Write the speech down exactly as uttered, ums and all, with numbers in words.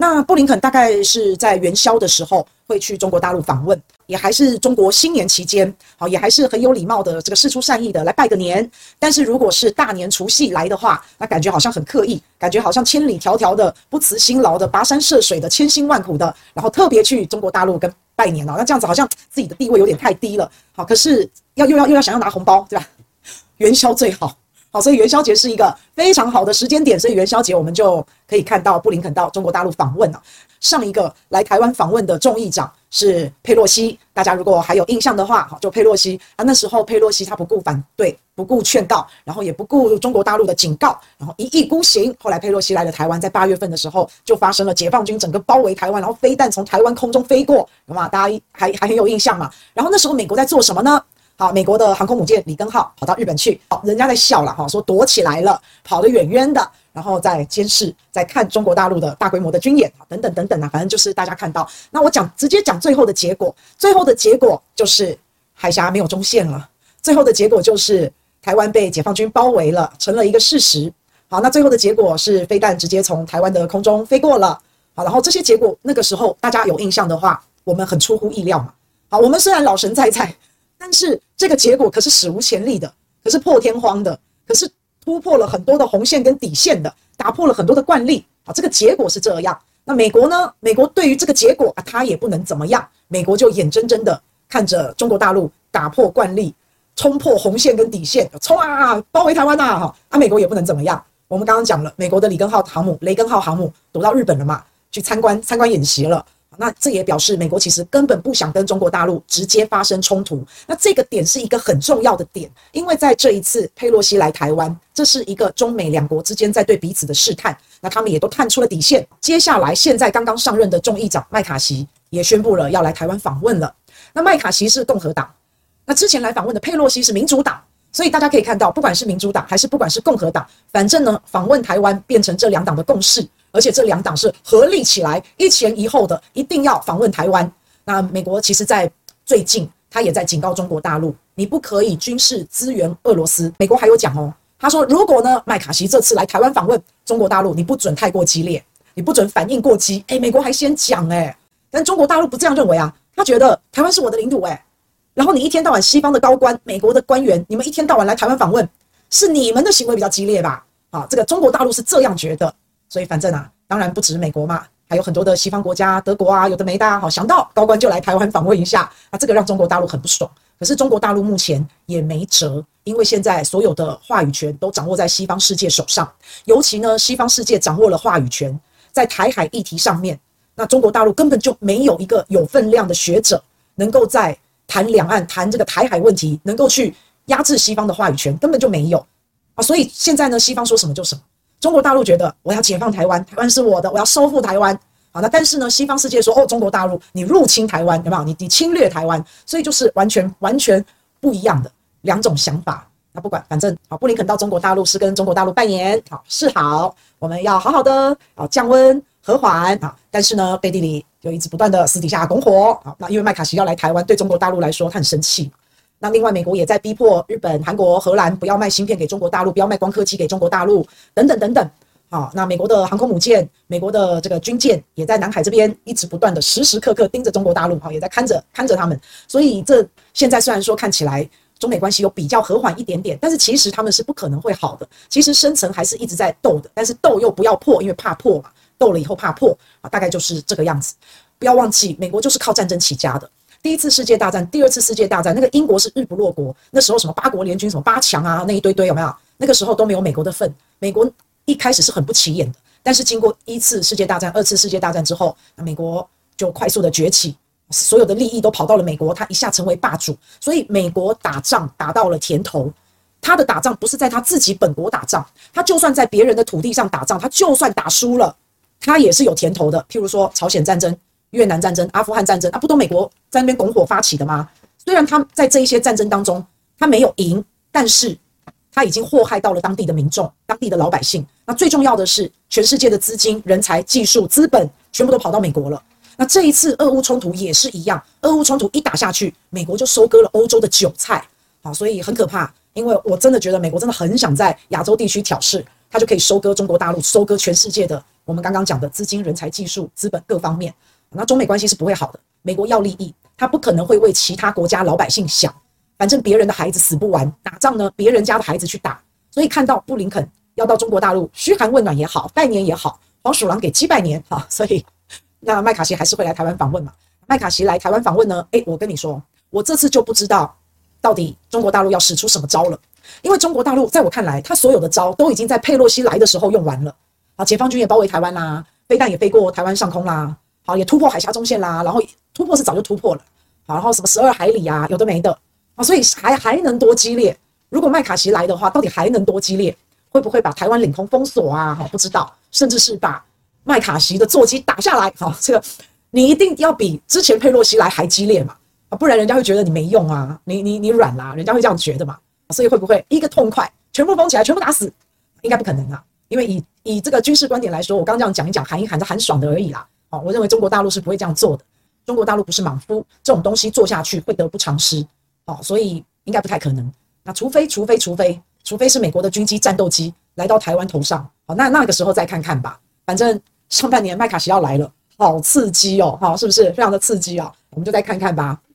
那布林肯大概是在元宵的时候会去中国大陆访问，也还是中国新年期间，好，也还是很有礼貌的这个释出善意的来拜个年。但是如果是大年除夕来的话，那感觉好像很刻意，感觉好像千里迢迢的不辞辛劳的跋山涉水的千辛万苦的，然后特别去中国大陆跟拜年哦，那这样子好像自己的地位有点太低了。好，可是要又要又要想要拿红包，对吧？元宵最好。好，所以元宵节是一个非常好的时间点，所以元宵节我们就可以看到布林肯到中国大陆访问了。上一个来台湾访问的众议长是佩洛西，大家如果还有印象的话，就佩洛西啊，那时候佩洛西他不顾反对，不顾劝告，然后也不顾中国大陆的警告，然后一意孤行。后来佩洛西来了台湾，在八月份的时候就发生了解放军整个包围台湾，然后飞弹从台湾空中飞过，有吗？大家还还很有印象嘛？然后那时候美国在做什么呢？好，美国的航空母舰里根号跑到日本去，好，人家在笑了哈，说躲起来了，跑得远远的，然后在监视，在看中国大陆的大规模的军演，等等等等啊，反正就是大家看到。那我讲直接讲最后的结果，最后的结果就是海峡没有中线了，最后的结果就是台湾被解放军包围了，成了一个事实。好，那最后的结果是飞弹直接从台湾的空中飞过了。好，然后这些结果那个时候大家有印象的话，我们很出乎意料嘛。好，我们虽然老神在在。但是这个结果可是史无前例的，可是破天荒的，可是突破了很多的红线跟底线的，打破了很多的惯例啊！这个结果是这样。那美国呢？美国对于这个结果啊，他也不能怎么样。美国就眼睁睁的看着中国大陆打破惯例，冲破红线跟底线，冲啊，包围台湾啊！哈啊，美国也不能怎么样。我们刚刚讲了，美国的里根号航母、雷根号航母躲到日本了嘛，去参观参观演习了。那这也表示美国其实根本不想跟中国大陆直接发生冲突。那这个点是一个很重要的点，因为在这一次佩洛西来台湾，这是一个中美两国之间在对彼此的试探，那他们也都探出了底线。接下来现在刚刚上任的众议长麦卡锡也宣布了要来台湾访问了。那麦卡锡是共和党，那之前来访问的佩洛西是民主党，所以大家可以看到，不管是民主党还是不管是共和党，反正呢访问台湾变成这两党的共识，而且这两党是合力起来，一前一后的，一定要访问台湾。那美国其实在最近，他也在警告中国大陆，你不可以军事支援俄罗斯。美国还有讲哦，他说如果呢麦卡锡这次来台湾访问中国大陆，你不准太过激烈，你不准反应过激。哎，美国还先讲哎，但中国大陆不这样认为啊，他觉得台湾是我的领土哎，然后你一天到晚西方的高官、美国的官员，你们一天到晚来台湾访问，是你们的行为比较激烈吧？啊，这个中国大陆是这样觉得。所以反正啊，当然不止美国嘛，还有很多的西方国家，德国啊，有的没的，好想到高官就来台湾访问一下，啊，这个让中国大陆很不爽。可是中国大陆目前也没辙，因为现在所有的话语权都掌握在西方世界手上，尤其呢，西方世界掌握了话语权，在台海议题上面，那中国大陆根本就没有一个有分量的学者能够在谈两岸、谈这个台海问题，能够去压制西方的话语权，根本就没有啊。所以现在呢，西方说什么就什么。中国大陆觉得我要解放台湾，台湾是我的，我要收复台湾。好，那但是呢，西方世界说哦，中国大陆你入侵台湾，有没有？你你侵略台湾，所以就是完全完全不一样的两种想法。那不管，反正好，布林肯到中国大陆是跟中国大陆拜年，好示好，我们要好好的，好降温和缓啊。但是呢，背地里就一直不断的私底下拱火。好，那因为麦卡锡要来台湾，对中国大陆来说他很生气。那另外，美国也在逼迫日本、韩国、荷兰不要卖芯片给中国大陆，不要卖光刻机给中国大陆，等等等等。好，那美国的航空母舰、美国的这个军舰也在南海这边一直不断的时时刻刻盯着中国大陆，好，也在看着看着他们。所以这现在虽然说看起来中美关系有比较和缓一点点，但是其实他们是不可能会好的。其实深层还是一直在斗的，但是斗又不要破，因为怕破嘛，斗了以后怕破啊，大概就是这个样子。不要忘记，美国就是靠战争起家的。第一次世界大战、第二次世界大战，那个英国是日不落国，那时候什么八国联军、什么八强啊，那一堆堆有没有？那个时候都没有美国的份。美国一开始是很不起眼的，但是经过一次世界大战、二次世界大战之后，那美国就快速的崛起，所有的利益都跑到了美国，他一下成为霸主。所以美国打仗打到了甜头，他的打仗不是在他自己本国打仗，他就算在别人的土地上打仗，他就算打输了，他也是有甜头的。譬如说朝鲜战争、越南战争、阿富汗战争啊，不都美国在那边拱火发起的吗？虽然他在这一些战争当中他没有赢，但是他已经祸害到了当地的民众、当地的老百姓。那最重要的是，全世界的资金、人才、技术、资本全部都跑到美国了。那这一次俄乌冲突也是一样，俄乌冲突一打下去，美国就收割了欧洲的韭菜，好，所以很可怕。因为我真的觉得美国真的很想在亚洲地区挑事， 他就可以收割中国大陆，收割全世界的我们刚刚讲的资金、人才、技术、资本各方面。那中美关系是不会好的，美国要利益，他不可能会为其他国家老百姓想，反正别人的孩子死不完，打仗呢别人家的孩子去打。所以看到布林肯要到中国大陆嘘寒问暖也好，拜年也好，黄鼠狼给鸡拜年啊，所以那麦卡锡还是会来台湾访问嘛。麦卡锡来台湾访问呢，诶，我跟你说，我这次就不知道到底中国大陆要使出什么招了，因为中国大陆在我看来，他所有的招都已经在佩洛西来的时候用完了。好，解放军也包围台湾啦，飞弹也飞过台湾上空啦，好，也突破海峡中线啦，然后突破是早就突破了，好，然后什么十二海里啊，有的没的，啊，所以还还能多激烈？如果麦卡锡来的话，到底还能多激烈？会不会把台湾领空封锁啊？好，不知道，甚至是把麦卡锡的座机打下来，好，这个你一定要比之前佩洛西来还激烈嘛，啊，不然人家会觉得你没用啊，你你你软啦，人家会这样觉得嘛，所以会不会一个痛快，全部封起来，全部打死？应该不可能啊，因为以以这个军事观点来说，我刚这样讲一讲，喊一喊着喊爽的而已啦。哦，我认为中国大陆是不会这样做的，中国大陆不是莽夫，这种东西做下去会得不偿失，哦，所以应该不太可能。那除非除非除非除非是美国的军机、战斗机来到台湾头上，好，那那个时候再看看吧。反正上半年麦卡锡要来了，好刺激哦，好，是不是非常的刺激啊？我们就再看看吧。